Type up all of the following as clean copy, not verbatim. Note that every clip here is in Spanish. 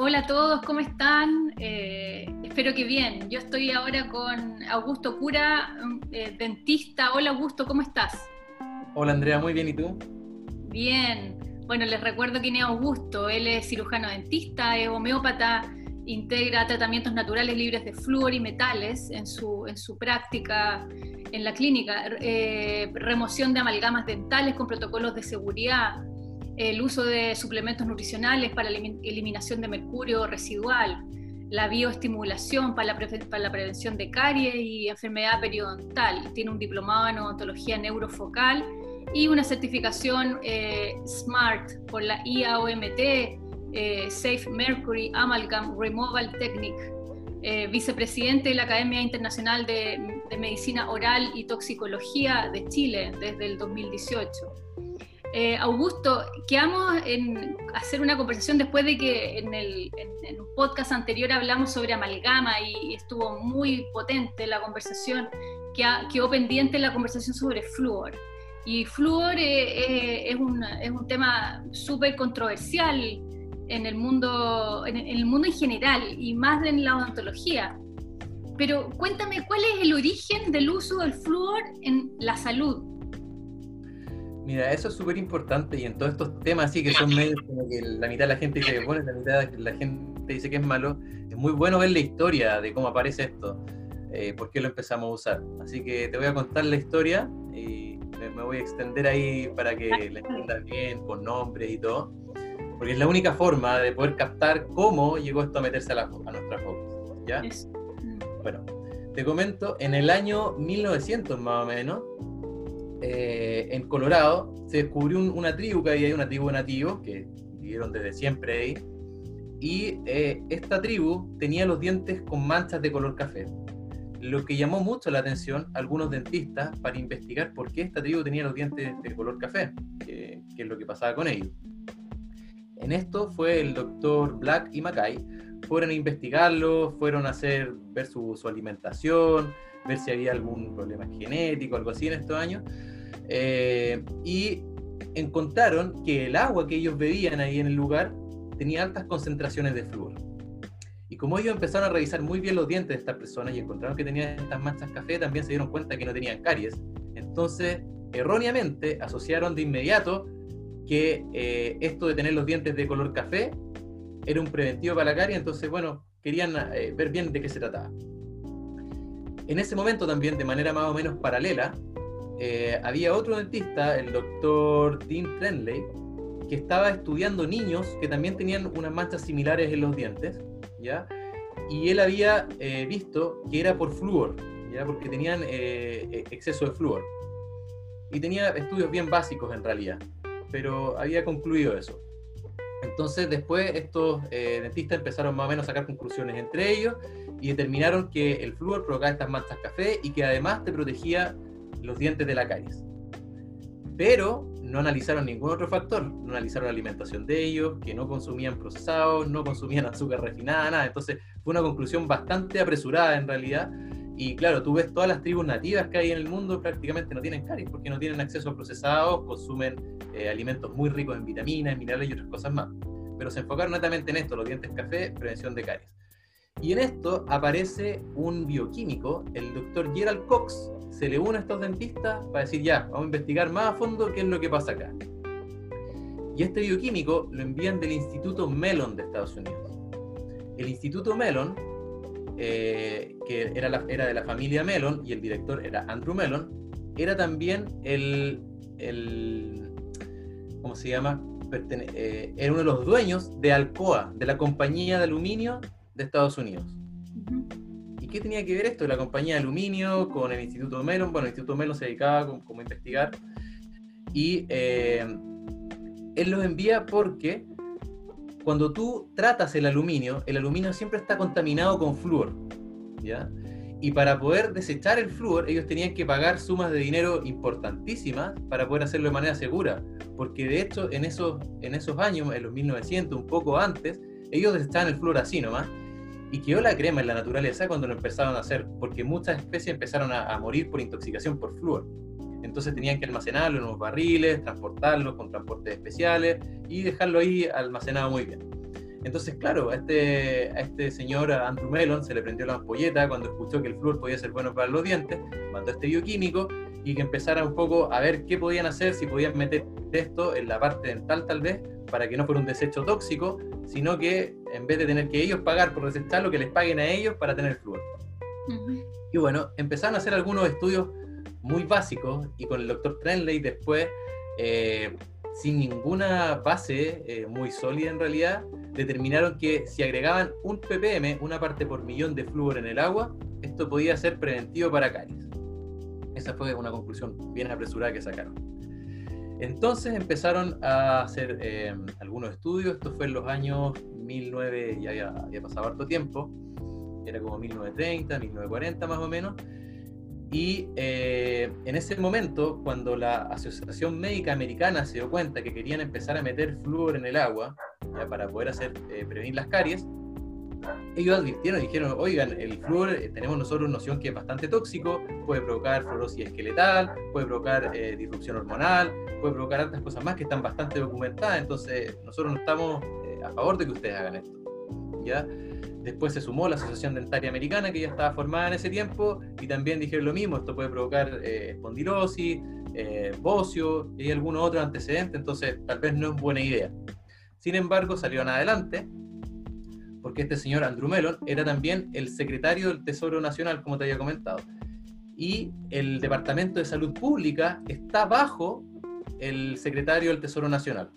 Hola a todos, ¿cómo están? Espero que bien. Yo estoy ahora con Augusto Cura, dentista. Hola Augusto, ¿cómo estás? Hola Andrea, muy bien, ¿y tú? Bien. Bueno, les recuerdo quién es Augusto. Él es cirujano dentista, es homeópata, integra tratamientos naturales libres de flúor y metales en su práctica en la clínica, remoción de amalgamas dentales con protocolos de seguridad, el uso de suplementos nutricionales para la eliminación de mercurio residual, la bioestimulación para la prevención de caries y enfermedad periodontal. Tiene un diplomado en odontología neurofocal y una certificación SMART por la IAOMT, Safe Mercury Amalgam Removal Technique, vicepresidente de la Academia Internacional de Medicina Oral y Toxicología de Chile desde el 2018. Augusto, quedamos en hacer una conversación después de que en un podcast anterior hablamos sobre amalgama y estuvo muy potente la conversación, quedó pendiente la conversación sobre flúor. Y flúor es un tema súper controversial en el mundo en general y más en la odontología. Pero cuéntame, ¿cuál es el origen del uso del flúor en la salud? Mira, eso es súper importante y en todos estos temas así que son medios como que la mitad de la gente dice que es bueno y la mitad de la gente dice que es malo, es muy bueno ver la historia de cómo aparece esto, por qué lo empezamos a usar. Así que te voy a contar la historia y me voy a extender ahí para que la entiendas bien, con nombres y todo, porque es la única forma de poder captar cómo llegó esto a meterse a nuestras bocas, ¿ya? Bueno, te comento, en el año 1900 más o menos, en Colorado se descubrió una tribu, que había una tribu de nativos que vivieron desde siempre ahí, y esta tribu tenía los dientes con manchas de color café, lo que llamó mucho la atención a algunos dentistas para investigar por qué esta tribu tenía los dientes de color café, qué es lo que pasaba con ellos. En esto fue el doctor Black y Mackay, fueron a investigarlo, fueron a ver su alimentación, ver si había algún problema genético, algo así en estos años, y encontraron que el agua que ellos bebían ahí en el lugar tenía altas concentraciones de flúor. Y como ellos empezaron a revisar muy bien los dientes de estas personas y encontraron que tenían estas manchas café, también se dieron cuenta que no tenían caries. Entonces, erróneamente, asociaron de inmediato que esto de tener los dientes de color café era un preventivo para la caries, entonces, bueno, querían ver bien de qué se trataba. En ese momento también, de manera más o menos paralela, había otro dentista, el doctor Dean Trenley, que estaba estudiando niños que también tenían unas manchas similares en los dientes, ¿ya? Y él había visto que era por flúor, ¿ya? Porque tenían exceso de flúor. Y tenía estudios bien básicos en realidad, pero había concluido eso. Entonces después estos dentistas empezaron más o menos a sacar conclusiones entre ellos y determinaron que el flúor provocaba estas manchas café y que además te protegía los dientes de la caries. Pero no analizaron ningún otro factor, no analizaron la alimentación de ellos, que no consumían procesados, no consumían azúcar refinada, nada. Entonces fue una conclusión bastante apresurada en realidad. Y claro, tú ves todas las tribus nativas que hay en el mundo prácticamente no tienen caries porque no tienen acceso a procesados, consumen alimentos muy ricos en vitaminas, minerales y otras cosas más. Pero se enfocaron netamente en esto, los dientes café, prevención de caries. Y en esto aparece un bioquímico, el doctor Gerald Cox, se le une a estos dentistas para decir ya, vamos a investigar más a fondo qué es lo que pasa acá. Y este bioquímico lo envían del Instituto Mellon de Estados Unidos. El Instituto Mellon, que era de la familia Mellon, y el director era Andrew Mellon, era también ¿cómo se llama? Era uno de los dueños de Alcoa, de la compañía de aluminio de Estados Unidos. ¿Y qué tenía que ver esto de la compañía de aluminio con el Instituto Mellon? Bueno, el Instituto Mellon se dedicaba como a investigar y él los envía porque cuando tú tratas el aluminio siempre está contaminado con flúor, ¿ya? Y para poder desechar el flúor, ellos tenían que pagar sumas de dinero importantísimas para poder hacerlo de manera segura, porque de hecho en esos años, en los 1900, un poco antes, ellos desechaban el flúor así nomás, y quedó la crema en la naturaleza cuando lo empezaron a hacer, porque muchas especies empezaron a morir por intoxicación por flúor. Entonces tenían que almacenarlo en unos barriles, transportarlo con transportes especiales y dejarlo ahí almacenado muy bien. Entonces, claro, a este señor, a Andrew Mellon, se le prendió la ampolleta cuando escuchó que el flúor podía ser bueno para los dientes, mandó a este bioquímico y que empezara un poco a ver qué podían hacer, si podían meter esto en la parte dental tal vez, para que no fuera un desecho tóxico, sino que en vez de tener que ellos pagar por desecharlo, que les paguen a ellos para tener flúor. Y bueno, empezaron a hacer algunos estudios muy básicos y con el doctor Trenley después, sin ninguna base muy sólida en realidad, determinaron que si agregaban un ppm, una parte por millón de flúor en el agua, esto podía ser preventivo para caries. Esa fue una conclusión bien apresurada que sacaron. Entonces empezaron a hacer algunos estudios. Esto fue en los años 1900, ya había pasado harto tiempo, era como 1930, 1940 más o menos. Y en ese momento, cuando la Asociación Médica Americana se dio cuenta que querían empezar a meter flúor en el agua, ya, para poder prevenir las caries, ellos advirtieron y dijeron, oigan, el flúor tenemos nosotros noción que es bastante tóxico, puede provocar fluorosis esqueletal, puede provocar disrupción hormonal, puede provocar otras cosas más que están bastante documentadas, entonces nosotros no estamos a favor de que ustedes hagan esto, ¿ya? Después se sumó la Asociación Dentaria Americana, que ya estaba formada en ese tiempo, y también dijeron lo mismo, esto puede provocar espondilosis, bocio y algunos otros antecedentes, entonces tal vez no es buena idea. Sin embargo, salieron adelante, porque este señor Andrew Mellon era también el secretario del Tesoro Nacional, como te había comentado, y el Departamento de Salud Pública está bajo el secretario del Tesoro Nacional.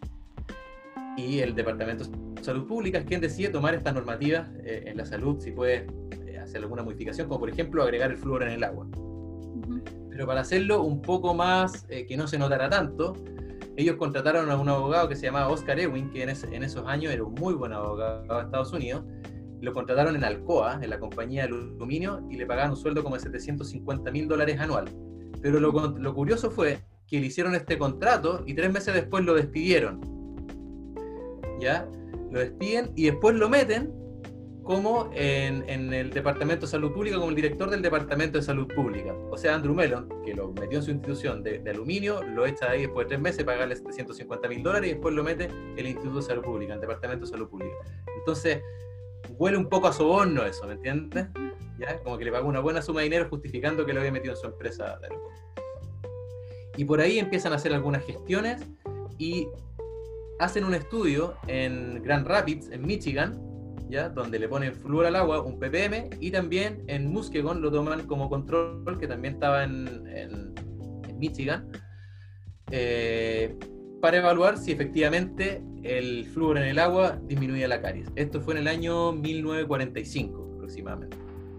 Y el Departamento de Salud Pública es quien decide tomar estas normativas en la salud, si puede hacer alguna modificación, como por ejemplo agregar el flúor en el agua. Pero para hacerlo un poco más, que no se notara tanto, ellos contrataron a un abogado que se llamaba Oscar Ewing, que en esos años era un muy buen abogado de Estados Unidos. Lo contrataron en Alcoa, en la compañía de aluminio, y le pagaban un sueldo como de $750,000 anual. Pero lo curioso fue que le hicieron este contrato y 3 meses después lo despidieron. ¿Ya? Lo despiden y después lo meten como en el Departamento de Salud Pública, como el director del Departamento de Salud Pública. O sea, Andrew Mellon, que lo metió en su institución de aluminio, lo echa de ahí después de 3 meses, pagarle $750,000 y después lo mete en el Instituto de Salud Pública, en el Departamento de Salud Pública. Entonces, huele un poco a soborno eso, ¿me entiendes? ¿Ya? Como que le pagó una buena suma de dinero justificando que lo había metido en su empresa de aluminio. Y por ahí empiezan a hacer algunas gestiones y hacen un estudio en Grand Rapids, en Michigan, ¿ya? Donde le ponen flúor al agua, un ppm, y también en Muskegon lo toman como control, que también estaba en Michigan, para evaluar si efectivamente el flúor en el agua disminuía la caries. Esto fue en el año 1945 aproximadamente.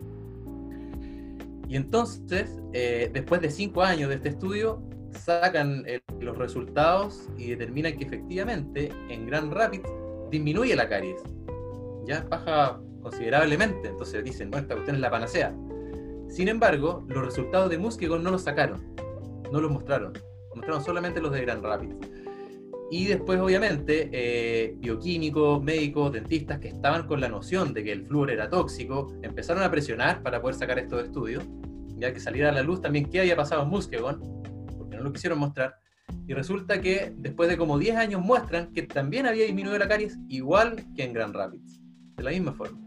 Y entonces, después de 5 años de este estudio, sacan los resultados y determinan que efectivamente en Grand Rapids disminuye la caries, ya baja considerablemente. Entonces dicen, bueno, esta cuestión es la panacea. Sin embargo, los resultados de Muskegon no los sacaron, no los mostraron solamente los de Grand Rapids. Y después, obviamente, bioquímicos, médicos, dentistas que estaban con la noción de que el flúor era tóxico, empezaron a presionar para poder sacar estos estudios, ya que saliera a la luz también qué había pasado en Muskegon, porque no lo quisieron mostrar. Y resulta que después de como 10 años muestran que también había disminuido la caries igual que en Grand Rapids, de la misma forma.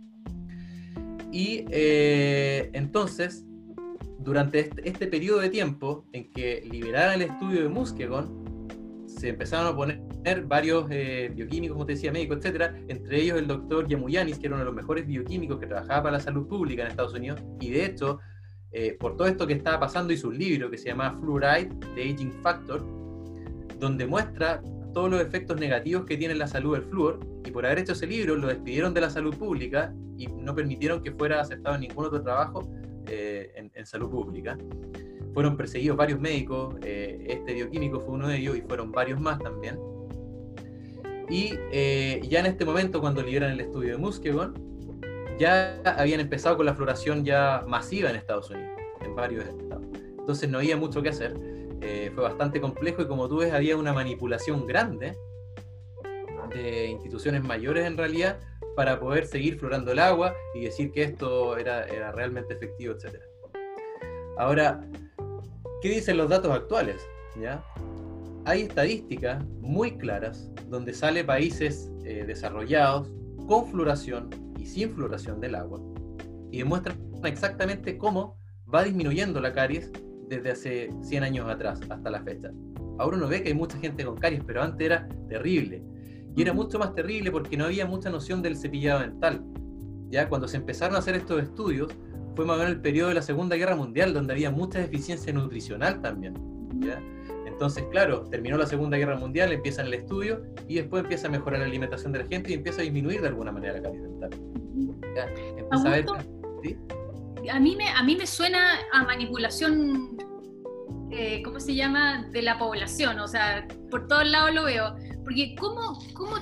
Y entonces, durante este periodo de tiempo en que liberaron el estudio de Muskegon, se empezaron a poner varios bioquímicos, como te decía, médicos, etcétera, entre ellos el doctor Yamuyanis, que era uno de los mejores bioquímicos que trabajaba para la salud pública en Estados Unidos, y de hecho, por todo esto que estaba pasando, hizo un libro que se llama Fluoride, The Aging Factor, donde muestra todos los efectos negativos que tiene en la salud el flúor, y por haber hecho ese libro lo despidieron de la salud pública y no permitieron que fuera aceptado en ningún otro trabajo en salud pública. Fueron perseguidos varios médicos, este bioquímico fue uno de ellos y fueron varios más también. Y ya en este momento, cuando liberan el estudio de Muskegon, ya habían empezado con la fluoración ya masiva en Estados Unidos, en varios estados. Entonces no había mucho que hacer, fue bastante complejo y como tú ves había una manipulación grande de instituciones mayores en realidad para poder seguir fluorando el agua y decir que esto era realmente efectivo, etc. Ahora, ¿qué dicen los datos actuales? ¿Ya? hay estadísticas muy claras donde sale países desarrollados con fluoración y sin fluoración del agua y demuestran exactamente cómo va disminuyendo la caries desde hace 100 años atrás hasta la fecha. Ahora uno ve que hay mucha gente con caries, pero antes era terrible. Y era mucho más terrible porque no había mucha noción del cepillado dental. Ya cuando se empezaron a hacer estos estudios, fue más o menos el periodo de la Segunda Guerra Mundial, donde había mucha deficiencia nutricional también. ¿Ya? Entonces, claro, terminó la Segunda Guerra Mundial, empiezan el estudio y después empieza a mejorar la alimentación de la gente y empieza a disminuir de alguna manera la caries dental. ¿Ya? Empieza a ver... ¿Sí? A mí me suena a manipulación, ¿cómo se llama?, de la población, o sea, por todos lados lo veo, porque cómo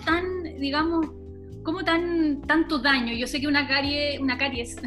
tanto daño. Yo sé que una caries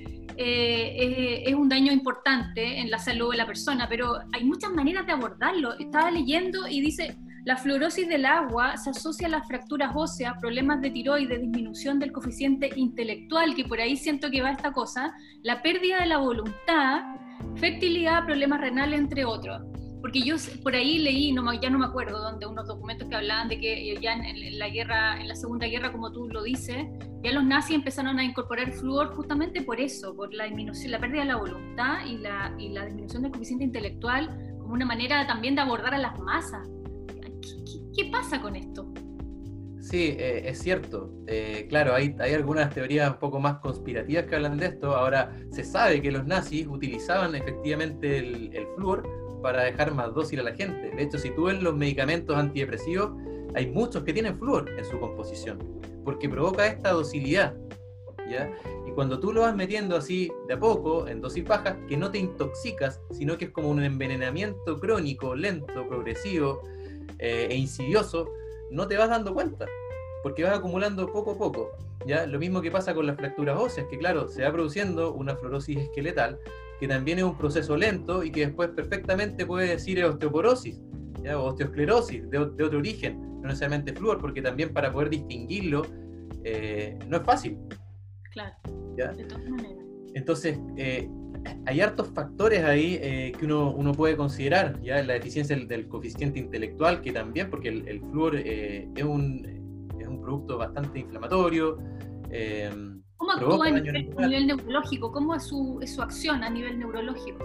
es un daño importante en la salud de la persona, pero hay muchas maneras de abordarlo. Estaba leyendo y dice: la fluorosis del agua se asocia a las fracturas óseas, problemas de tiroides, disminución del coeficiente intelectual, que por ahí siento que va esta cosa, la pérdida de la voluntad, fertilidad, problemas renales, entre otros. Porque yo por ahí leí, ya no me acuerdo dónde, unos documentos que hablaban de que ya en la Segunda Guerra, como tú lo dices, ya los nazis empezaron a incorporar flúor justamente por eso, por la disminución, la pérdida de la voluntad y la disminución del coeficiente intelectual, como una manera también de abordar a las masas. ¿Qué pasa con esto? Sí, es cierto. Claro, hay algunas teorías un poco más conspirativas que hablan de esto. Ahora, se sabe que los nazis utilizaban efectivamente el flúor para dejar más dócil a la gente. De hecho, si tú ves los medicamentos antidepresivos, hay muchos que tienen flúor en su composición, porque provoca esta docilidad, ¿ya? Y cuando tú lo vas metiendo así de a poco, en dosis bajas, que no te intoxicas, sino que es como un envenenamiento crónico, lento, progresivo e insidioso, no te vas dando cuenta, porque vas acumulando poco a poco, ¿ya? Lo mismo que pasa con las fracturas óseas, que claro, se va produciendo una fluorosis esqueletal, que también es un proceso lento y que después perfectamente puede decir osteoporosis, ¿ya? O osteosclerosis de otro origen, no necesariamente flúor, porque también para poder distinguirlo no es fácil. Claro, ¿ya? de todas maneras. Entonces, hay hartos factores ahí que uno puede considerar, ¿ya? La deficiencia del coeficiente intelectual, que también, porque el flúor es un producto bastante inflamatorio. ¿Cómo actúa a nivel neurológico? ¿Cómo es su acción a nivel neurológico?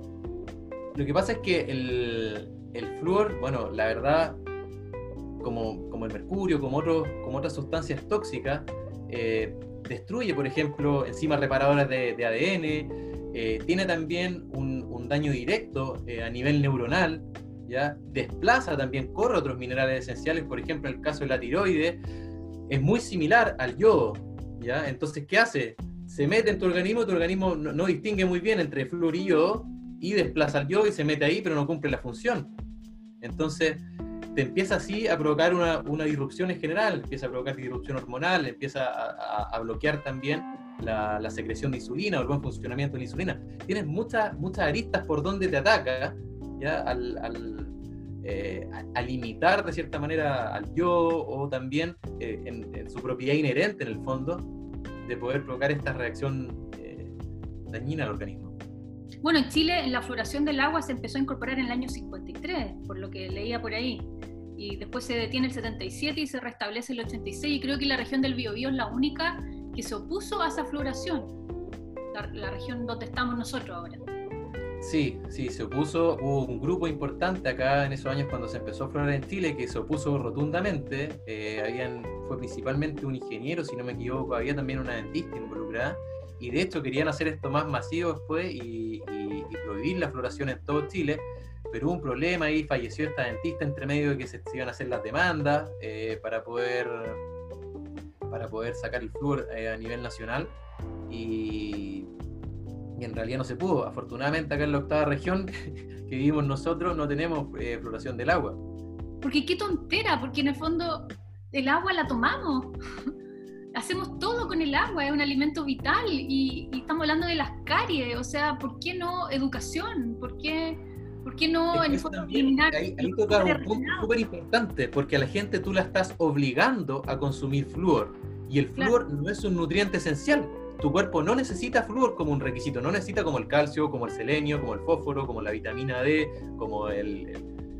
Lo que pasa es que el flúor, bueno, la verdad, como el mercurio, como otras sustancias tóxicas, destruye, por ejemplo, enzimas reparadoras de ADN, tiene también un daño directo a nivel neuronal, ¿ya? Desplaza también, corre otros minerales esenciales, por ejemplo, en el caso de la tiroides, es muy similar al yodo, ¿ya? Entonces, ¿qué hace? Se mete en tu organismo no distingue muy bien entre flúor y yodo, y desplaza el yodo y se mete ahí, pero no cumple la función. Entonces, te empieza así a provocar una disrupción en general, empieza a provocar disrupción hormonal, empieza a bloquear también la secreción de insulina o el buen funcionamiento de la insulina. Tienes muchas aristas por donde te ataca, ¿ya? A limitar de cierta manera al yodo, o también en su propiedad inherente en el fondo de poder provocar esta reacción dañina al organismo. Bueno, en Chile la fluoración del agua se empezó a incorporar en el año 53, por lo que leía por ahí, y después se detiene el 77 y se restablece el 86, y creo que la región del Biobío es la única que se opuso a esa fluoración, la región donde estamos nosotros ahora. Sí, se opuso. Hubo un grupo importante acá en esos años cuando se empezó a fluorar en Chile que se opuso rotundamente. Fue principalmente un ingeniero, si no me equivoco, había también una dentista involucrada, y de hecho querían hacer esto más masivo después y prohibir la fluoración en todo Chile, pero hubo un problema y falleció esta dentista entre medio de que se iban a hacer las demandas para poder sacar el flúor a nivel nacional, y en realidad no se pudo. Afortunadamente acá en la octava región que vivimos nosotros no tenemos fluoración del agua. Porque qué tontera, porque en el fondo el agua la tomamos. Hacemos todo con el agua, es un alimento vital, y estamos hablando de las caries. O sea, ¿por qué no educación? ¿Por qué no en el fondo eliminar? Ahí toca un punto súper importante, porque a la gente tú la estás obligando a consumir flúor, y el flúor no es un nutriente esencial. Tu cuerpo no necesita flúor como un requisito, no necesita como el calcio, como el selenio, como el fósforo, como la vitamina D, como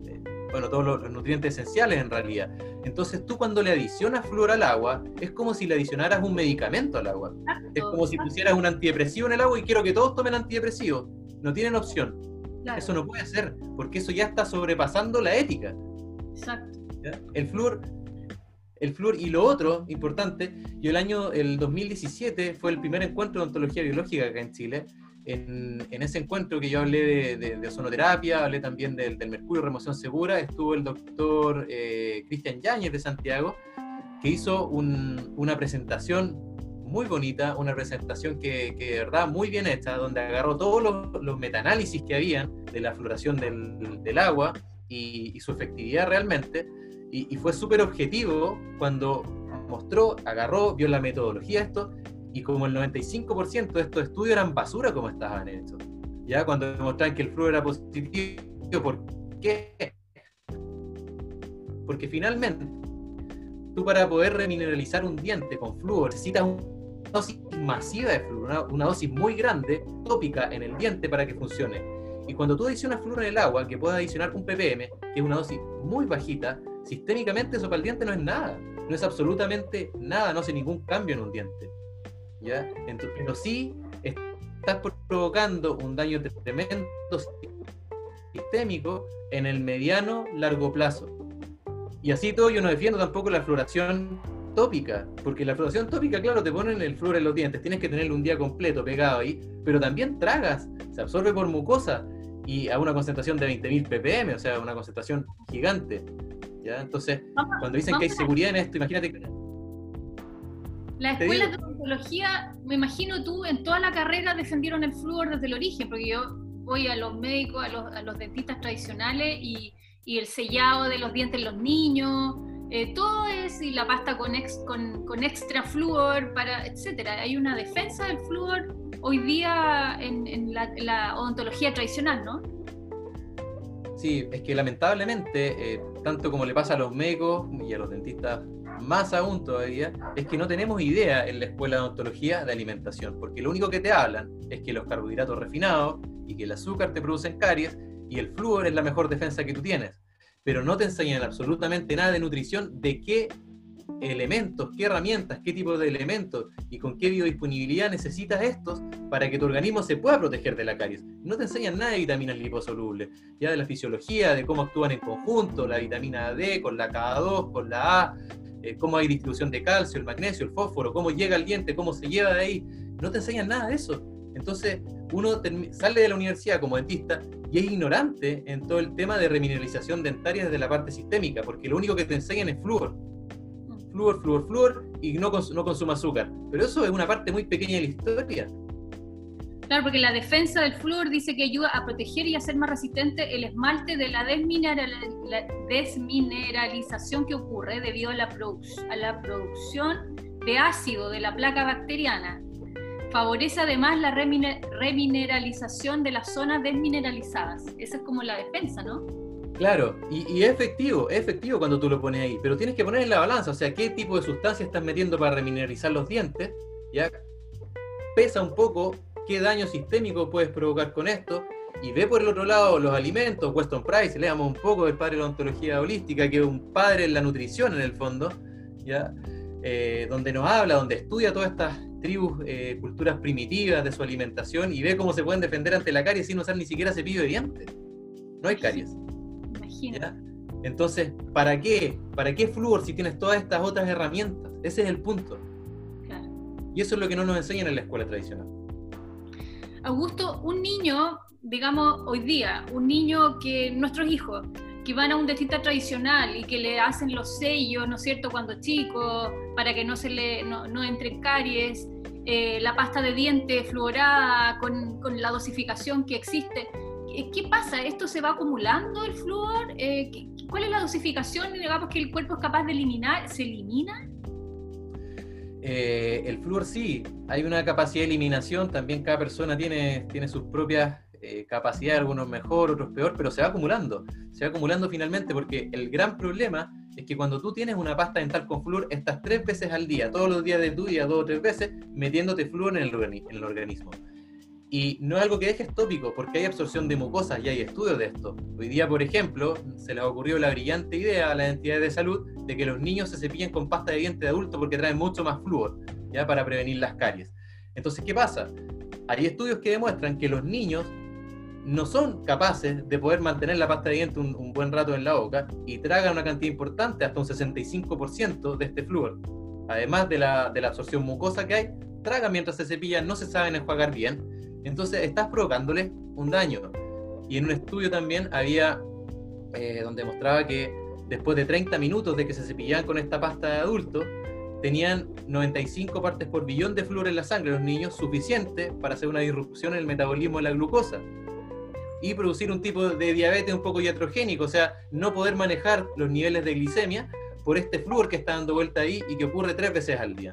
bueno, todos los nutrientes esenciales en realidad. Entonces tú cuando le adicionas flúor al agua, es como si le adicionaras un medicamento al agua. Exacto, Es como si pusieras un antidepresivo en el agua y quiero que todos tomen antidepresivo. No tienen opción. claro. Eso no puede ser, porque eso ya está sobrepasando la ética. Exacto. ¿Ya? El flúor y lo otro importante, yo el 2017 fue el primer encuentro de ontología biológica acá en Chile. En ese encuentro que yo hablé de ozonoterapia, hablé también del mercurio, remoción segura, estuvo el doctor Cristian Yáñez de Santiago, que hizo una presentación muy bonita, una presentación que de verdad muy bien hecha, donde agarró todos los metaanálisis que habían de la fluoración del agua y su efectividad realmente, y fue súper objetivo cuando mostró, agarró, vio la metodología de esto, y como el 95% de estos estudios eran basura como estaban hechos. Ya cuando demostraban que el flúor era positivo, ¿por qué? Porque finalmente, tú para poder remineralizar un diente con flúor necesitas una dosis masiva de flúor, una dosis muy grande, tópica en el diente para que funcione. Y cuando tú adicionas flúor en el agua, que puedes adicionar un ppm, que es una dosis muy bajita, sistémicamente eso para el diente no es nada. No es absolutamente nada, no hace ningún cambio en un diente. ¿Ya? Entonces, pero sí estás provocando un daño tremendo sistémico en el mediano largo plazo. Y así todo yo no defiendo tampoco la fluoración tópica, porque la fluoración tópica, claro, te ponen el flúor en los dientes, tienes que tenerlo un día completo pegado ahí, pero también tragas, se absorbe por mucosa y a una concentración de 20.000 ppm, o sea, una concentración gigante. ¿Ya? Entonces, cuando dicen que hay seguridad en esto, imagínate que... Las escuelas de odontología, me imagino tú, en toda la carrera defendieron el flúor desde el origen, porque yo voy a los médicos, a los dentistas tradicionales y el sellado de los dientes en los niños, todo es, y la pasta con extra flúor, etcétera. Hay una defensa del flúor hoy día en la odontología tradicional, ¿no? Sí, es que lamentablemente, tanto como le pasa a los médicos y a los dentistas, más aún todavía, es que no tenemos idea en la escuela de odontología de alimentación, porque lo único que te hablan es que los carbohidratos refinados y que el azúcar te producen caries y el flúor es la mejor defensa que tú tienes, pero no te enseñan absolutamente nada de nutrición, de qué elementos, qué herramientas, qué tipo de elementos y con qué biodisponibilidad necesitas estos para que tu organismo se pueda proteger de la caries. No te enseñan nada de vitaminas liposolubles, ya de la fisiología, de cómo actúan en conjunto, la vitamina D con la K2, con la A, cómo hay distribución de calcio, el magnesio, el fósforo, cómo llega al diente, cómo se lleva de ahí. No te enseñan nada de eso. Entonces uno sale de la universidad como dentista y es ignorante en todo el tema de remineralización dentaria desde la parte sistémica, porque lo único que te enseñan es flúor. Flúor, flúor, flúor, y no consuma azúcar. Pero eso es una parte muy pequeña de la historia. Claro, porque la defensa del flúor dice que ayuda a proteger y hacer más resistente el esmalte de la desmineralización que ocurre debido a la producción de ácido de la placa bacteriana. Favorece además la remineralización de las zonas desmineralizadas. Esa es como la defensa, ¿no? Claro, y es efectivo cuando tú lo pones ahí, pero tienes que poner en la balanza, o sea, qué tipo de sustancia estás metiendo para remineralizar los dientes, ya pesa un poco qué daño sistémico puedes provocar con esto, y ve por el otro lado los alimentos. Weston Price, leamos un poco del padre de la ontología holística, que es un padre en la nutrición en el fondo, ya donde nos habla, donde estudia todas estas tribus, culturas primitivas de su alimentación, y ve cómo se pueden defender ante la caries sin usar ni siquiera cepillo de dientes. No hay caries. ¿Ya? Entonces, ¿para qué? ¿Para qué flúor si tienes todas estas otras herramientas? Ese es el punto. Claro. Y eso es lo que no nos enseñan en la escuela tradicional. Augusto, un niño, digamos hoy día, un niño que nuestros hijos, que van a un dentista tradicional y que le hacen los sellos, ¿no es cierto?, cuando chico, para que no entren caries, la pasta de dientes fluorada con la dosificación que existe. ¿Qué pasa? ¿Esto se va acumulando el flúor? ¿Cuál es la dosificación, digamos, que el cuerpo es capaz de eliminar? ¿Se elimina? El flúor sí, hay una capacidad de eliminación, también cada persona tiene sus propias capacidades, algunos mejor, otros peor, pero se va acumulando finalmente, porque el gran problema es que cuando tú tienes una pasta dental con flúor, estás 3 veces al día, todos los días de tu día, 2 o 3 veces, metiéndote flúor en el organismo. Y no es algo que dejes tópico, porque hay absorción de mucosas y hay estudios de esto. Hoy día, por ejemplo, se les ocurrió la brillante idea a las entidades de salud de que los niños se cepillen con pasta de diente de adulto porque traen mucho más flúor, ¿ya? Para prevenir las caries. Entonces, ¿qué pasa? Hay estudios que demuestran que los niños no son capaces de poder mantener la pasta de diente un buen rato en la boca y tragan una cantidad importante, hasta un 65% de este flúor. Además de la absorción mucosa que hay, tragan mientras se cepillan, no se saben enjuagar bien. Entonces estás provocándoles un daño. Y en un estudio también había donde mostraba que después de 30 minutos de que se cepillaban con esta pasta de adulto, tenían 95 partes por billón de flúor en la sangre los niños, suficiente para hacer una disrupción en el metabolismo de la glucosa y producir un tipo de diabetes un poco iatrogénico, o sea, no poder manejar los niveles de glicemia por este flúor que está dando vuelta ahí y que ocurre 3 veces al día.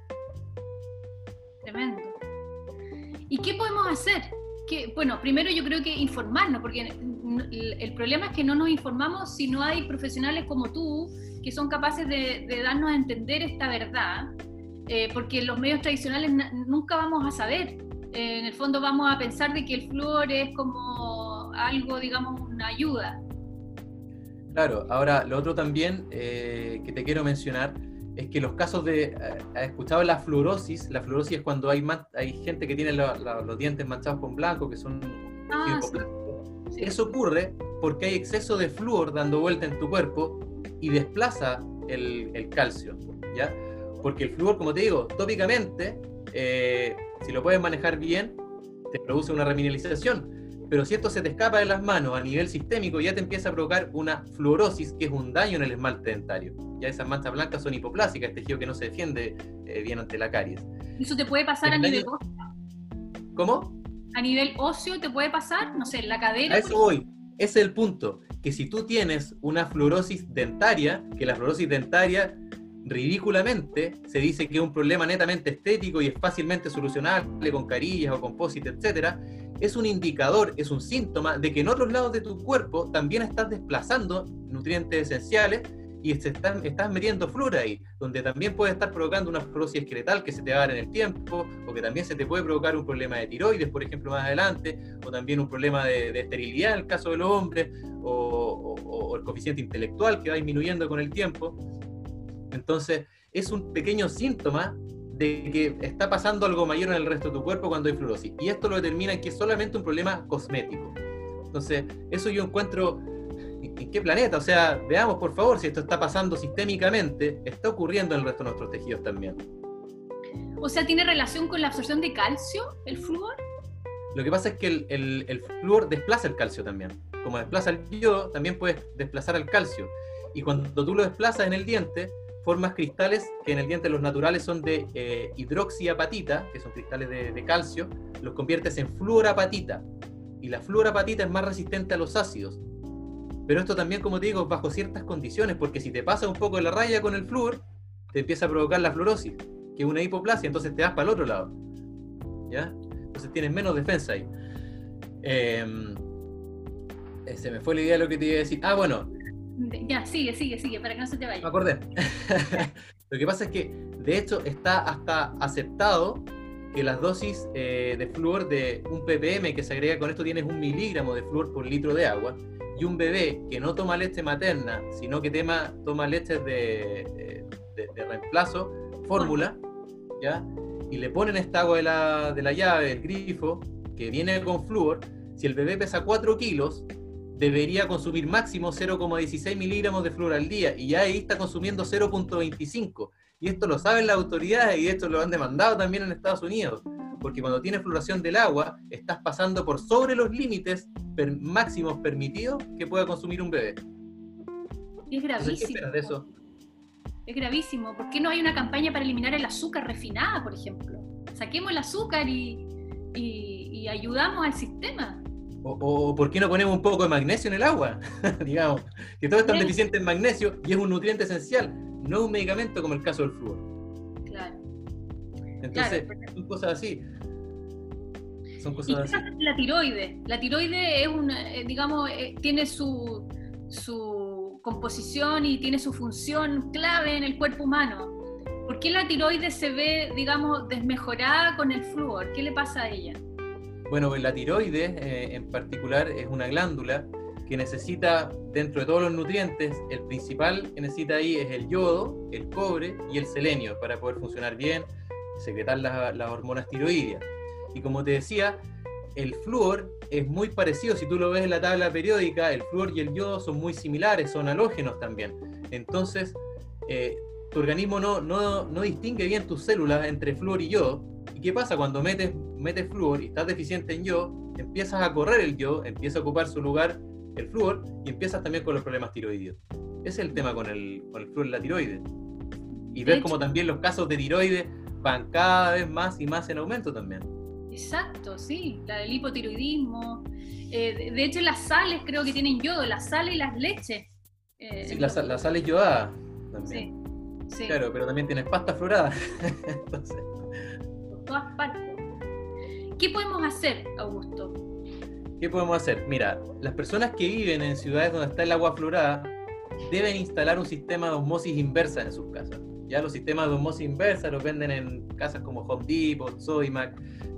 Tremendo. ¿Y qué podemos hacer? Bueno, primero yo creo que informarnos, porque el problema es que no nos informamos si no hay profesionales como tú que son capaces de darnos a entender esta verdad, porque los medios tradicionales nunca vamos a saber. En el fondo vamos a pensar de que el flúor es como algo, digamos, una ayuda. Claro, ahora lo otro también que te quiero mencionar es que los casos de... ¿has escuchado la fluorosis? La fluorosis es cuando hay gente que tiene los dientes manchados con blanco, que son hipoplásticos. Sí. Eso ocurre porque hay exceso de flúor dando vuelta en tu cuerpo y desplaza el calcio, ¿ya? Porque el flúor, como te digo, tópicamente, si lo puedes manejar bien, te produce una remineralización. Pero si esto se te escapa de las manos a nivel sistémico, ya te empieza a provocar una fluorosis, que es un daño en el esmalte dentario. Ya esas manchas blancas son hipoplásicas, es tejido que no se defiende bien ante la caries. ¿Eso te puede pasar a nivel óseo? ¿Cómo? ¿A nivel óseo te puede pasar? No sé, en la cadera. A eso voy. Ese es el punto. Que si tú tienes una fluorosis dentaria, que la fluorosis dentaria ridículamente se dice que es un problema netamente estético y es fácilmente solucionable con carillas o composite, etcétera, es un indicador, es un síntoma de que en otros lados de tu cuerpo también estás desplazando nutrientes esenciales y estás metiendo flúor ahí, donde también puede estar provocando una fluorosis esqueletal que se te va a dar en el tiempo, o que también se te puede provocar un problema de tiroides, por ejemplo, más adelante, o también un problema de esterilidad en el caso de los hombres, o el coeficiente intelectual que va disminuyendo con el tiempo. Entonces, es un pequeño síntoma de que está pasando algo mayor en el resto de tu cuerpo cuando hay fluorosis. Y esto lo determina que es solamente un problema cosmético. Entonces, eso yo encuentro... ¿En qué planeta? O sea, veamos por favor si esto está pasando sistémicamente, está ocurriendo en el resto de nuestros tejidos también. O sea, ¿tiene relación con la absorción de calcio, el flúor? Lo que pasa es que el flúor desplaza el calcio también. Como desplaza el yodo, también puedes desplazar al calcio. Y cuando tú lo desplazas en el diente, formas cristales que en el diente los naturales son de hidroxiapatita, que son cristales de calcio, los conviertes en fluorapatita. Y la fluorapatita es más resistente a los ácidos. Pero esto también, como te digo, bajo ciertas condiciones, porque si te pasa un poco de la raya con el flúor, te empieza a provocar la fluorosis, que es una hipoplasia, entonces te vas para el otro lado. ¿Ya? Entonces tienes menos defensa ahí. Se me fue la idea de lo que te iba a decir. Ah, bueno. Ya, sigue, para que no se te vaya. Me acordé. Lo que pasa es que, de hecho, está hasta aceptado que las dosis de flúor de un ppm que se agrega con esto, tienes 1 miligramo de flúor por litro de agua, y un bebé que no toma leche materna, sino que toma leche de reemplazo, fórmula, ¿ya? Y le ponen esta agua de la llave, del grifo, que viene con flúor. Si el bebé pesa 4 kilos, debería consumir máximo 0,16 miligramos de flúor al día, y ya ahí está consumiendo 0,25. Y esto lo saben las autoridades, y esto lo han demandado también en Estados Unidos, porque cuando tienes fluoración del agua, estás pasando por sobre los límites máximos permitidos que pueda consumir un bebé. Es gravísimo. Entonces, ¿qué esperas de eso? Es gravísimo. ¿Por qué no hay una campaña para eliminar el azúcar refinada, por ejemplo? Saquemos el azúcar y ayudamos al sistema. O ¿por qué no ponemos un poco de magnesio en el agua? Digamos, que todos están deficientes en magnesio y es un nutriente esencial, no un medicamento como el caso del flúor. Claro. Entonces, son cosas así. Son cosas así. La tiroides. La tiroides es digamos, tiene su composición y tiene su función clave en el cuerpo humano. ¿Por qué la tiroides se ve, digamos, desmejorada con el flúor? ¿Qué le pasa a ella? Bueno, pues la tiroides en particular es una glándula que necesita, dentro de todos los nutrientes, el principal que necesita ahí es el yodo, el cobre y el selenio para poder funcionar bien, secretar las hormonas tiroideas. Y como te decía, el flúor es muy parecido, si tú lo ves en la tabla periódica, el flúor y el yodo son muy similares, son halógenos también. Entonces, tu organismo no distingue bien tus células entre flúor y yodo. ¿Y qué pasa? Cuando metes flúor y estás deficiente en yodo, empiezas a correr el yodo, empieza a ocupar su lugar el flúor y empiezas también con los problemas tiroideos. Ese es el tema con el flúor en la tiroides. Y ver cómo también los casos de tiroides van cada vez más y más en aumento también. Exacto, sí, la del hipotiroidismo. De hecho, las sales creo que tienen yodo, las sales y las leches. Sí, la sal es yodada también. Sí, sí. Claro, pero también tienes pasta florada. Entonces, Por todas partes. ¿Qué podemos hacer, Augusto? ¿qué podemos hacer? Mira, las personas que viven en ciudades donde está el agua fluorada deben instalar un sistema de osmosis inversa en sus casas. Ya los sistemas de osmosis inversa los venden en casas como Home Depot, Sodimac.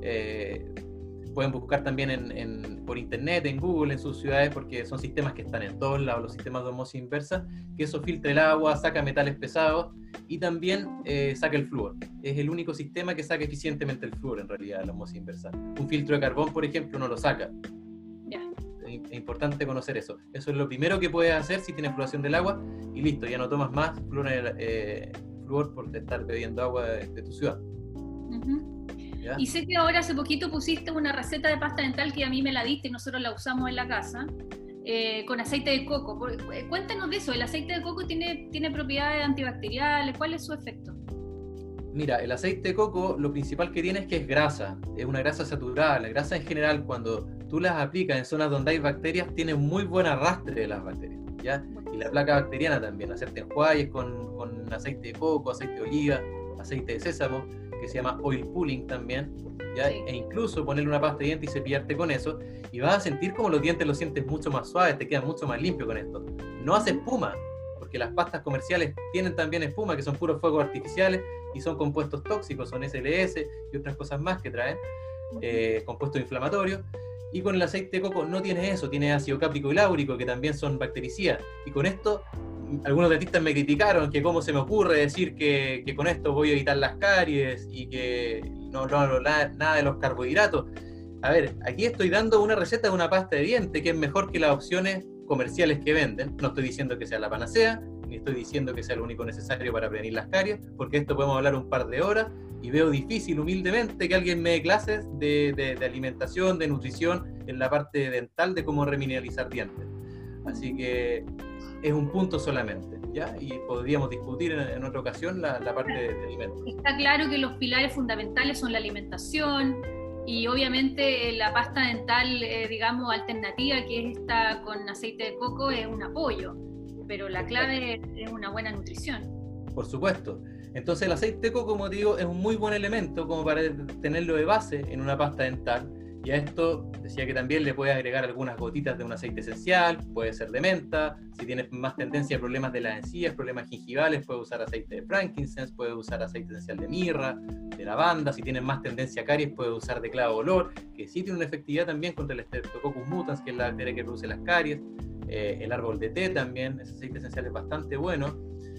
Pueden buscar también por internet, en Google, en sus ciudades, porque son sistemas que están en todos lados, los sistemas de osmosis inversa, que eso filtra el agua, saca metales pesados y también saca el flúor. Es el único sistema que saca eficientemente el flúor, en realidad, la osmosis inversa. Un filtro de carbón, por ejemplo, no lo saca. Es importante conocer eso. Eso es lo primero que puedes hacer si tienes fluoración del agua y listo, ya no tomas más flúor por estar bebiendo agua de tu ciudad. Uh-huh. Y sé que ahora hace poquito pusiste una receta de pasta dental que a mí me la diste y nosotros la usamos en la casa, con aceite de coco. Cuéntanos de eso, ¿el aceite de coco tiene propiedades antibacteriales? ¿Cuál es su efecto? Mira, el aceite de coco lo principal que tiene es que es grasa, es una grasa saturada. La grasa en general, cuando tú las aplicas en zonas donde hay bacterias, tiene muy buen arrastre de las bacterias, ¿ya? Y la placa bacteriana también, hacerte enjuagues con aceite de coco, aceite de oliva, aceite de sésamo, que se llama oil pulling también, ¿ya? Sí. E incluso ponerle una pasta de dientes y cepillarte con eso, y vas a sentir como los dientes los sientes mucho más suaves, te quedan mucho más limpios con esto. No hace espuma, porque las pastas comerciales tienen también espuma, que son puros fuegos artificiales, y son compuestos tóxicos, son SLS y otras cosas más que traen, compuestos inflamatorios. Y con el aceite de coco no tiene eso, tiene ácido cáprico y láurico, que también son bactericidas. Y con esto, algunos dentistas me criticaron que cómo se me ocurre decir que con esto voy a evitar las caries y que no nada de los carbohidratos. A ver, aquí estoy dando una receta de una pasta de diente que es mejor que las opciones comerciales que venden. No estoy diciendo que sea la panacea, ni estoy diciendo que sea lo único necesario para prevenir las caries, porque esto podemos hablar un par de horas, y veo difícil, humildemente, que alguien me dé clases de alimentación, de nutrición, en la parte dental, de cómo remineralizar dientes. Así que es un punto solamente, ¿ya? Y podríamos discutir en otra ocasión la parte de alimentos. Está claro que los pilares fundamentales son la alimentación, y obviamente la pasta dental, digamos, alternativa, que es esta con aceite de coco, es un apoyo, pero la clave es una buena nutrición. Por supuesto. Entonces el aceite de coco, como te digo, es un muy buen elemento como para tenerlo de base en una pasta dental. Y a esto decía que también le puedes agregar algunas gotitas de un aceite esencial, puede ser de menta. Si tienes más tendencia a problemas de las encías, problemas gingivales, puedes usar aceite de frankincense, puedes usar aceite esencial de mirra, de lavanda. Si tienes más tendencia a caries, puedes usar de clavo de olor, que sí tiene una efectividad también contra el Streptococcus mutans, que es la bacteria que produce las caries. El árbol de té también, ese aceite esencial es bastante bueno.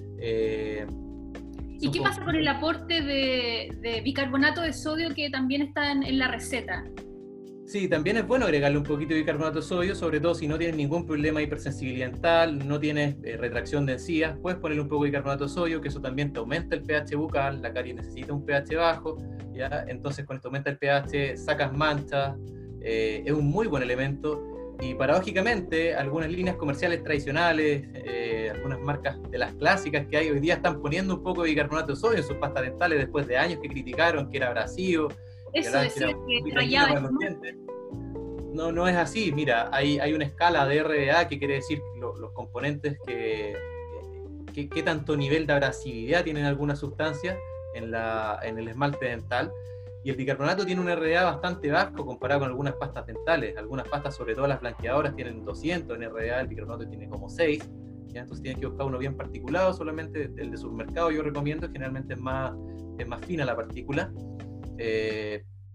¿Y qué pasa con el aporte de bicarbonato de sodio que también está en la receta? Sí, también es bueno agregarle un poquito de bicarbonato de sodio, sobre todo si no tienes ningún problema de hipersensibilidad dental, no tienes retracción de encías, puedes ponerle un poco de bicarbonato de sodio, que eso también te aumenta el pH bucal, la carie necesita un pH bajo, ¿ya? Entonces con esto aumenta el pH, sacas manchas, es un muy buen elemento. Y paradójicamente, algunas líneas comerciales tradicionales, algunas marcas de las clásicas que hay hoy día están poniendo un poco de bicarbonato de sodio en sus pastas dentales después de años que criticaron que era abrasivo. Eso decía que rayaba los dientes. No es así. Mira, hay una escala de RDA que quiere decir los componentes que tanto nivel de abrasividad tienen algunas sustancias en el esmalte dental. Y el bicarbonato tiene un RDA bastante bajo comparado con algunas pastas dentales. Algunas pastas, sobre todo las blanqueadoras, tienen 200 en RDA, el bicarbonato tiene como 6. ¿Ya? Entonces tienes que buscar uno bien particulado, solamente el de supermercado yo recomiendo, generalmente es más fina la partícula.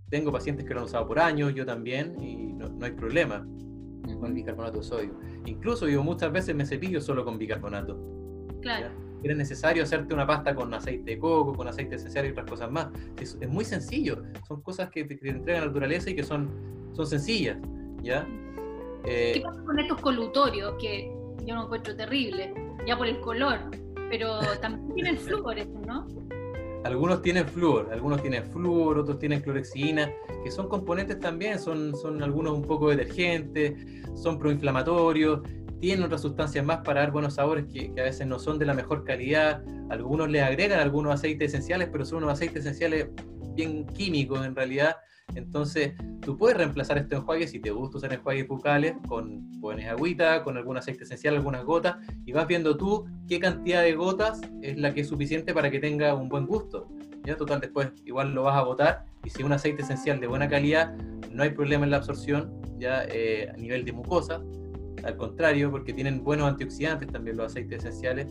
tengo pacientes que lo han usado por años, yo también, y no hay problema con el bicarbonato de sodio. Incluso yo muchas veces me cepillo solo con bicarbonato. Claro. ¿Ya? Era necesario hacerte una pasta con aceite de coco, con aceite esencial y otras cosas más. Es muy sencillo, son cosas que te entrega la naturaleza y que son sencillas, ¿ya? ¿Qué pasa con estos colutorios que yo no encuentro terrible, ya por el color, pero también tienen flúor, ¿no? Algunos tienen flúor, otros tienen clorexidina, que son componentes también, son algunos un poco detergentes, son proinflamatorios, tienen otras sustancias más para dar buenos sabores que a veces no son de la mejor calidad. Algunos les agregan algunos aceites esenciales, pero son unos aceites esenciales bien químicos en realidad. Entonces, tú puedes reemplazar este enjuague, si te gusta usar enjuagues bucales, pones agüita, con algún aceite esencial, algunas gotas, y vas viendo tú qué cantidad de gotas es la que es suficiente para que tenga un buen gusto. Ya, total, después igual lo vas a botar, y si es un aceite esencial de buena calidad, no hay problema en la absorción, ya a nivel de mucosa, al contrario, porque tienen buenos antioxidantes también los aceites esenciales,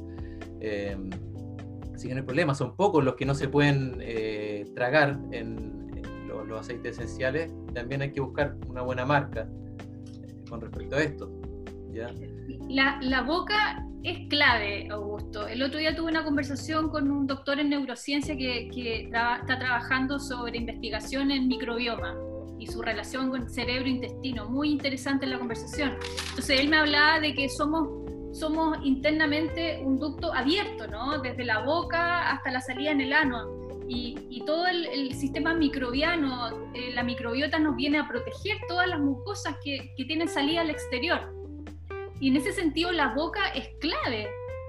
así que no hay problema, son pocos los que no se pueden tragar en los aceites esenciales. También hay que buscar una buena marca con respecto a esto, ¿ya? La boca es clave, Augusto. El otro día tuve una conversación con un doctor en neurociencia que está trabajando sobre investigación en microbioma y su relación con cerebro e intestino. Muy interesante la conversación. Entonces él me hablaba de que somos internamente un ducto abierto, ¿no? Desde la boca hasta la salida en el ano. Y todo el sistema microbiano, la microbiota nos viene a proteger todas las mucosas que tienen salida al exterior. Y en ese sentido la boca es clave.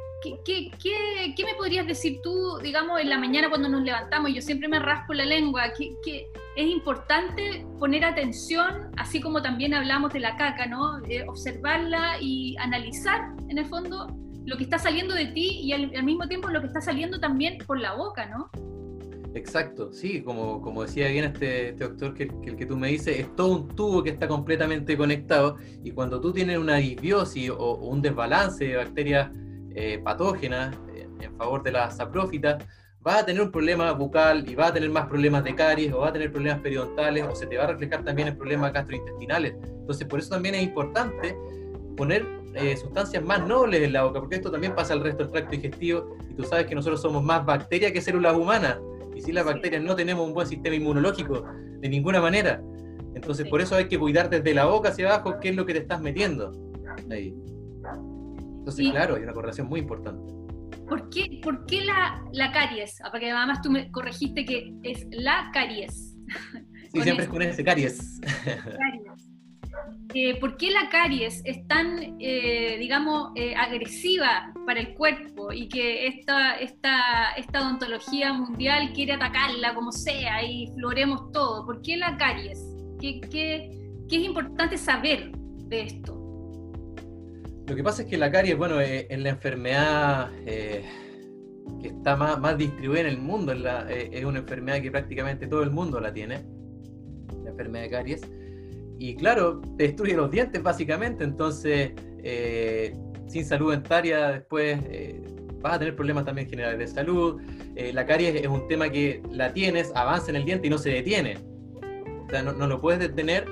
¿Qué me podrías decir tú, digamos, en la mañana cuando nos levantamos? Yo siempre me raspo la lengua. ¿Qué es importante poner atención, así como también hablamos de la caca, ¿no? Observarla y analizar, en el fondo, lo que está saliendo de ti y al mismo tiempo lo que está saliendo también por la boca, ¿no? Exacto, sí, como decía bien este doctor que el que tú me dices, es todo un tubo que está completamente conectado, y cuando tú tienes una disbiosis o un desbalance de bacterias patógenas en favor de las saprófitas, vas a tener un problema bucal y vas a tener más problemas de caries, o vas a tener problemas periodontales, o se te va a reflejar también en problemas gastrointestinales. Entonces, por eso también es importante poner sustancias más nobles en la boca, porque esto también pasa al resto del tracto digestivo, y tú sabes que nosotros somos más bacterias que células humanas, y sin las bacterias no tenemos un buen sistema inmunológico de ninguna manera. Entonces, por eso hay que cuidar desde la boca hacia abajo qué es lo que te estás metiendo ahí. Entonces, claro, hay una correlación muy importante. ¿Por qué la caries? Porque además tú me corregiste que es la caries. Sí, siempre es con ese caries. ¿Por qué la caries es tan, digamos, agresiva para el cuerpo y que esta odontología mundial quiere atacarla como sea y floremos todo? ¿Por qué la caries? ¿Qué es importante saber de esto? Lo que pasa es que la caries, bueno, es la enfermedad que está más distribuida en el mundo, es una enfermedad que prácticamente todo el mundo la tiene, la enfermedad de caries. Y claro, te destruye los dientes básicamente, entonces sin salud dentaria después vas a tener problemas también generales de salud. La caries es un tema que la tienes, avanza en el diente y no se detiene. O sea, no lo puedes detener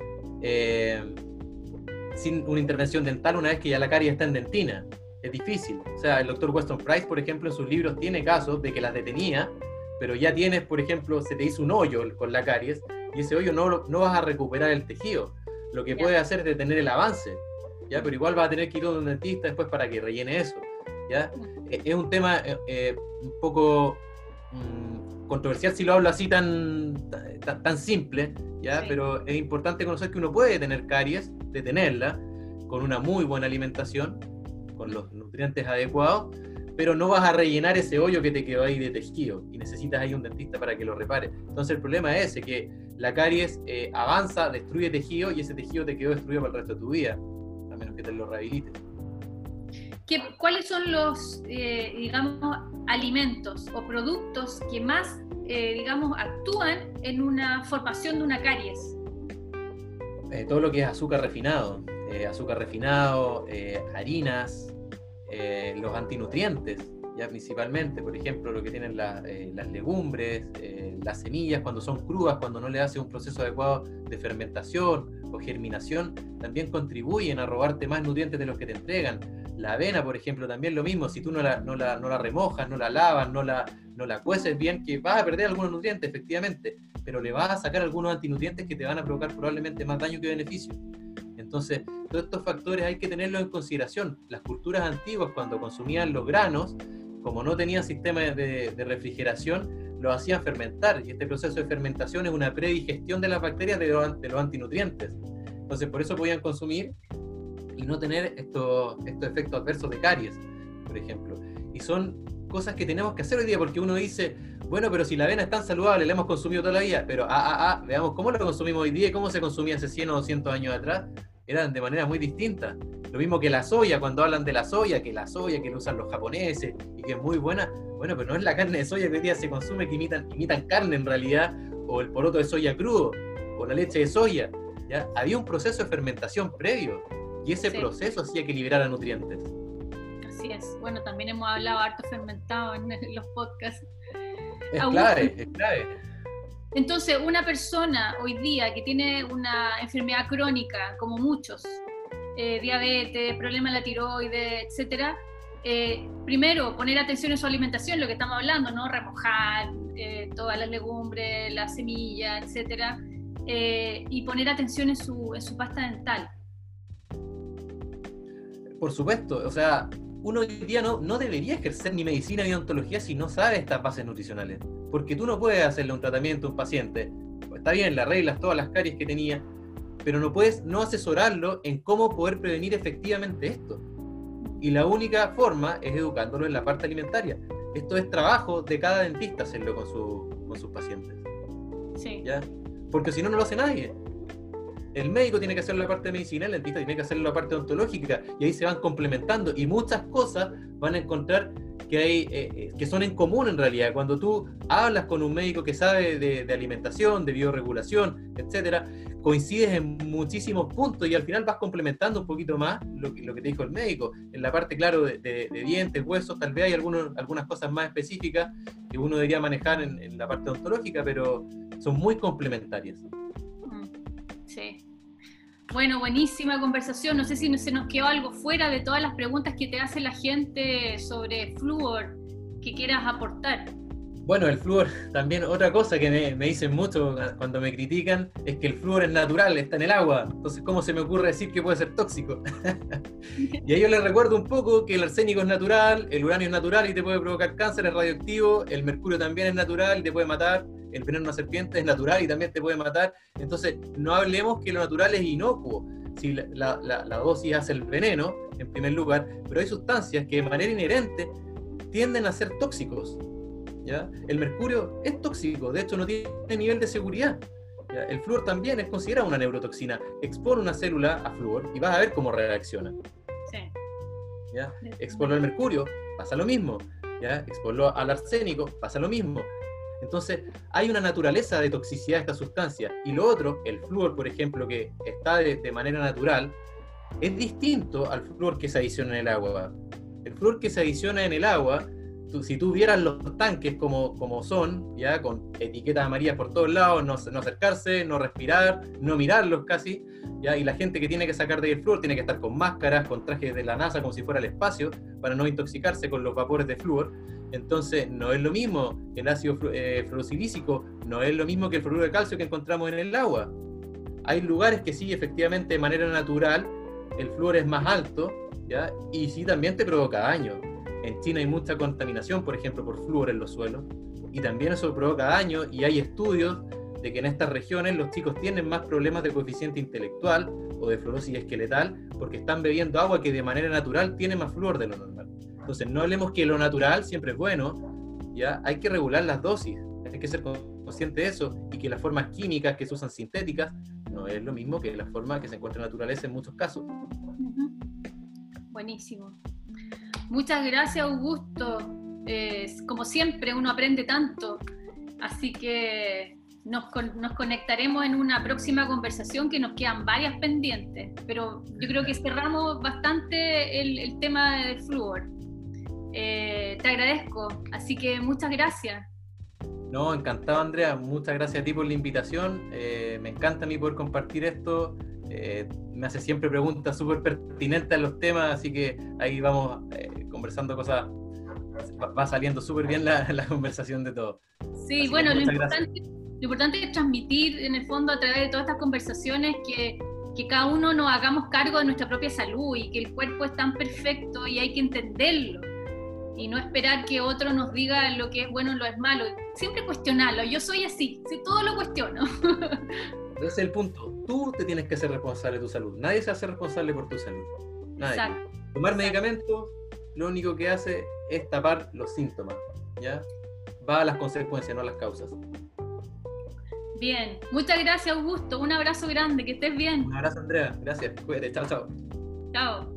sin una intervención dental una vez que ya la caries está en dentina. Es difícil. O sea, el doctor Weston Price, por ejemplo, en sus libros tiene casos de que las detenía, pero ya tienes, por ejemplo, se te hizo un hoyo con la caries, y ese hoyo no vas a recuperar el tejido. Lo que puedes hacer es detener el avance, ¿ya? Pero igual vas a tener que ir a un dentista después para que rellene eso, ¿ya? Es un tema un poco controversial si lo hablo así tan simple, ¿ya? Sí. Pero es importante conocer que uno puede tener caries, detenerla, con una muy buena alimentación, con los nutrientes adecuados, pero no vas a rellenar ese hoyo que te quedó ahí de tejido, y necesitas ahí un dentista para que lo repare. Entonces el problema es ese, que la caries avanza, destruye tejido, y ese tejido te quedó destruido para el resto de tu vida, a menos que te lo rehabilites. ¿Cuáles son los, digamos, alimentos o productos que más, digamos, actúan en una formación de una caries? Todo lo que es azúcar refinado, harinas, los antinutrientes, ya principalmente, por ejemplo, lo que tienen las legumbres, las semillas cuando son crudas, cuando no le hace un proceso adecuado de fermentación o germinación, también contribuyen a robarte más nutrientes de los que te entregan. La avena, por ejemplo, también lo mismo, si tú no la remojas, no la lavas, no la cueces bien, que vas a perder algunos nutrientes, efectivamente, pero le vas a sacar algunos antinutrientes que te van a provocar probablemente más daño que beneficio. Entonces, todos estos factores hay que tenerlos en consideración. Las culturas antiguas, cuando consumían los granos, como no tenían sistema de refrigeración, lo hacían fermentar, y este proceso de fermentación es una predigestión de las bacterias de los antinutrientes. Entonces, por eso podían consumir y no tener estos efectos adversos de caries, por ejemplo. Y son cosas que tenemos que hacer hoy día, porque uno dice, bueno, pero si la avena es tan saludable, la hemos consumido toda la vida, pero veamos cómo la consumimos hoy día y cómo se consumía hace 100 o 200 años atrás, eran de manera muy distinta. Lo mismo que la soya, cuando hablan de la soya que la usan los japoneses y que es muy buena, bueno, pero no es la carne de soya que hoy día se consume, que imitan carne en realidad, o el poroto de soya crudo, o la leche de soya, ¿ya? Había un proceso de fermentación previo, y ese proceso hacía que liberara nutrientes. Así es. Bueno, también hemos hablado harto fermentado en los podcasts. Es clave. Entonces, una persona hoy día que tiene una enfermedad crónica, como muchos, diabetes, problema de la tiroides, etcétera, primero poner atención en su alimentación, lo que estamos hablando, ¿no? Remojar todas las legumbres, las semillas, etcétera, y poner atención en su pasta dental. Por supuesto, o sea, uno hoy día no debería ejercer ni medicina ni odontología si no sabe estas bases nutricionales. Porque tú no puedes hacerle un tratamiento a un paciente. Está bien, le arreglas todas las caries que tenía, pero no puedes no asesorarlo en cómo poder prevenir efectivamente esto. Y la única forma es educándolo en la parte alimentaria. Esto es trabajo de cada dentista hacerlo con sus pacientes. Sí. ¿Ya? Porque si no, no lo hace nadie. El médico tiene que hacer la parte de medicina, el dentista tiene que hacer la parte odontológica, y ahí se van complementando, y muchas cosas van a encontrar que son en común en realidad. Cuando tú hablas con un médico que sabe de alimentación, de bioregulación, etcétera, coincides en muchísimos puntos y al final vas complementando un poquito más lo que te dijo el médico. En la parte, claro, de dientes, huesos, tal vez hay algunas cosas más específicas que uno debería manejar en la parte odontológica, pero son muy complementarias. Sí. Bueno, buenísima conversación. No sé si se nos quedó algo fuera de todas las preguntas que te hace la gente sobre flúor que quieras aportar. Bueno, el flúor, también otra cosa que me dicen mucho cuando me critican, es que el flúor es natural, está en el agua. Entonces, ¿cómo se me ocurre decir que puede ser tóxico? Y a ellos les recuerdo un poco que el arsénico es natural, el uranio es natural y te puede provocar cáncer, es radioactivo, el mercurio también es natural y te puede matar, el veneno de una serpiente es natural y también te puede matar. Entonces, no hablemos que lo natural es inocuo. Si la dosis hace el veneno, en primer lugar, pero hay sustancias que de manera inherente tienden a ser tóxicos. ¿Ya? El mercurio es tóxico, de hecho no tiene nivel de seguridad. ¿Ya? El flúor también es considerado una neurotoxina. Expone una célula a flúor y vas a ver cómo reacciona. Sí. ¿Ya? Exponlo al mercurio, pasa lo mismo. ¿Ya? Exponlo al arsénico, pasa lo mismo. Entonces, hay una naturaleza de toxicidad de esta sustancia. Y lo otro, el flúor, por ejemplo, que está de manera natural, es distinto al flúor que se adiciona en el agua. El flúor que se adiciona en el agua, si tú vieras los tanques como son, ya con etiquetas amarillas por todos lados, no acercarse, no respirar, no mirarlos casi, ya, y la gente que tiene que sacar de ahí el flúor tiene que estar con máscaras, con trajes de la NASA como si fuera el espacio, para no intoxicarse con los vapores de flúor. Entonces no es lo mismo el ácido fluorosilícico, no es lo mismo que el fluoruro de calcio que encontramos en el agua. Hay lugares que sí, efectivamente, de manera natural, el flúor es más alto, ¿ya? Y sí también te provoca daño. En China hay mucha contaminación, por ejemplo, por flúor en los suelos, y también eso provoca daño, y hay estudios de que en estas regiones los chicos tienen más problemas de coeficiente intelectual o de fluorosis esqueletal porque están bebiendo agua que de manera natural tiene más flúor de lo normal. Entonces, no hablemos que lo natural siempre es bueno, ¿ya? Hay que regular las dosis, hay que ser consciente de eso, y que las formas químicas que se usan sintéticas no es lo mismo que la forma que se encuentra en la naturaleza en muchos casos. Buenísimo. Muchas gracias, Augusto. Como siempre, uno aprende tanto, así que nos conectaremos en una próxima conversación, que nos quedan varias pendientes, pero yo creo que cerramos bastante el tema del flúor. te agradezco. Así que muchas gracias. No, encantado, Andrea. Muchas gracias a ti por la invitación. Me encanta a mí poder compartir esto. Me hace siempre preguntas súper pertinentes a los temas, así que ahí vamos conversando cosas. Va saliendo súper bien la conversación de todo. Sí, así bueno, lo gracias. importante es transmitir en el fondo a través de todas estas conversaciones que cada uno nos hagamos cargo de nuestra propia salud y que el cuerpo es tan perfecto y hay que entenderlo y no esperar que otro nos diga lo que es bueno y lo es malo. Siempre cuestionarlo. Yo soy así, si todo lo cuestiono. Ese es el punto. Tú te tienes que ser responsable de tu salud. Nadie se hace responsable por tu salud. Nadie. Exacto. Tomar medicamentos lo único que hace es tapar los síntomas, ¿ya? Va a las consecuencias, no a las causas. Bien. Muchas gracias, Augusto. Un abrazo grande. Que estés bien. Un abrazo, Andrea. Gracias. Cuídate. Chao, chao. Chao.